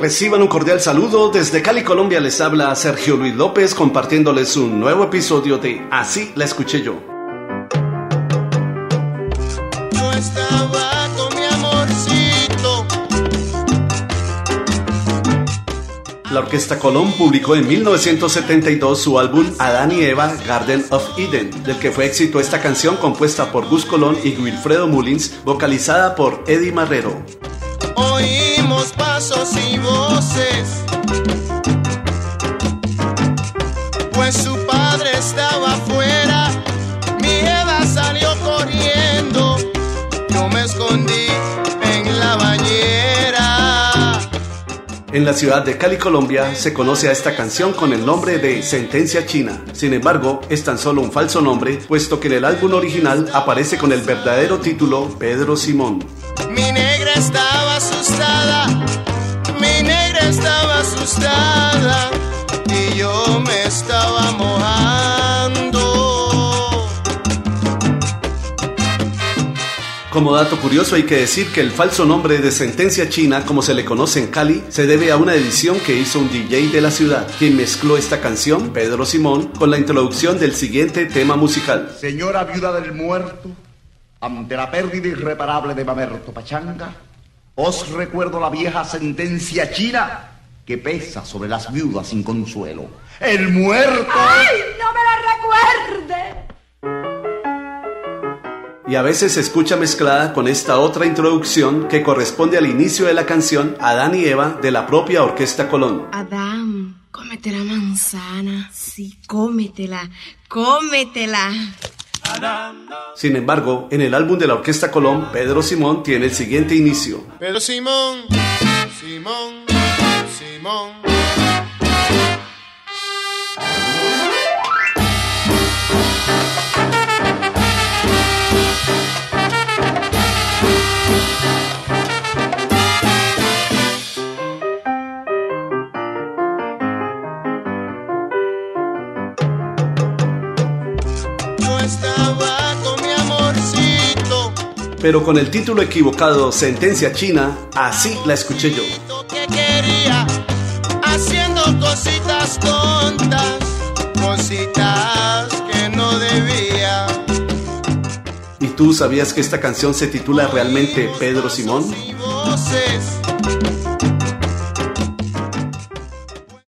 Reciban un cordial saludo. Desde Cali, Colombia, les habla Sergio Luis López compartiéndoles un nuevo episodio de Así la escuché yo. Yo estaba con mi amorcito. La Orquesta Colón publicó en 1972 su álbum Adán y Eva, Garden of Eden, del que fue éxito esta canción compuesta por Gus Colón y Wilfredo Mullins, vocalizada por Eddie Marrero. Oímos pasos y voces, pues su padre estaba afuera. Mi Eva salió corriendo, yo me escondí en la bañera. En la ciudad de Cali, Colombia, se conoce a esta canción con el nombre de Sentencia China. Sin embargo, es tan solo un falso nombre, puesto que en el álbum original aparece con el verdadero título Pedro Simón. Mi negra estaba asustada, mi negra estaba asustada, y yo me estaba mojando. Como dato curioso hay que decir que el falso nombre de Sentencia China, como se le conoce en Cali, se debe a una edición que hizo un DJ de la ciudad, quien mezcló esta canción, Pedro Simón, con la introducción del siguiente tema musical. Señora viuda del muerto, ante la pérdida irreparable de Mamerto Pachanga, os recuerdo la vieja sentencia china que pesa sobre las viudas sin consuelo. ¡El muerto! ¡Ay, no me la recuerde! Y a veces se escucha mezclada con esta otra introducción que corresponde al inicio de la canción Adán y Eva de la propia Orquesta Colón. Adán, cómete la manzana. Sí, cómetela, cómetela. Sin embargo, en el álbum de la Orquesta Colón, Pedro Simón tiene el siguiente inicio. Pero Simón, Simón, Simón. Yo estaba con mi amorcito. Pero con el título equivocado Sentencia China, así la escuché yo. Que quería, haciendo cositas tontas, cositas que no debía. ¿Y tú sabías que esta canción se titula realmente Pedro Simón? Y voces,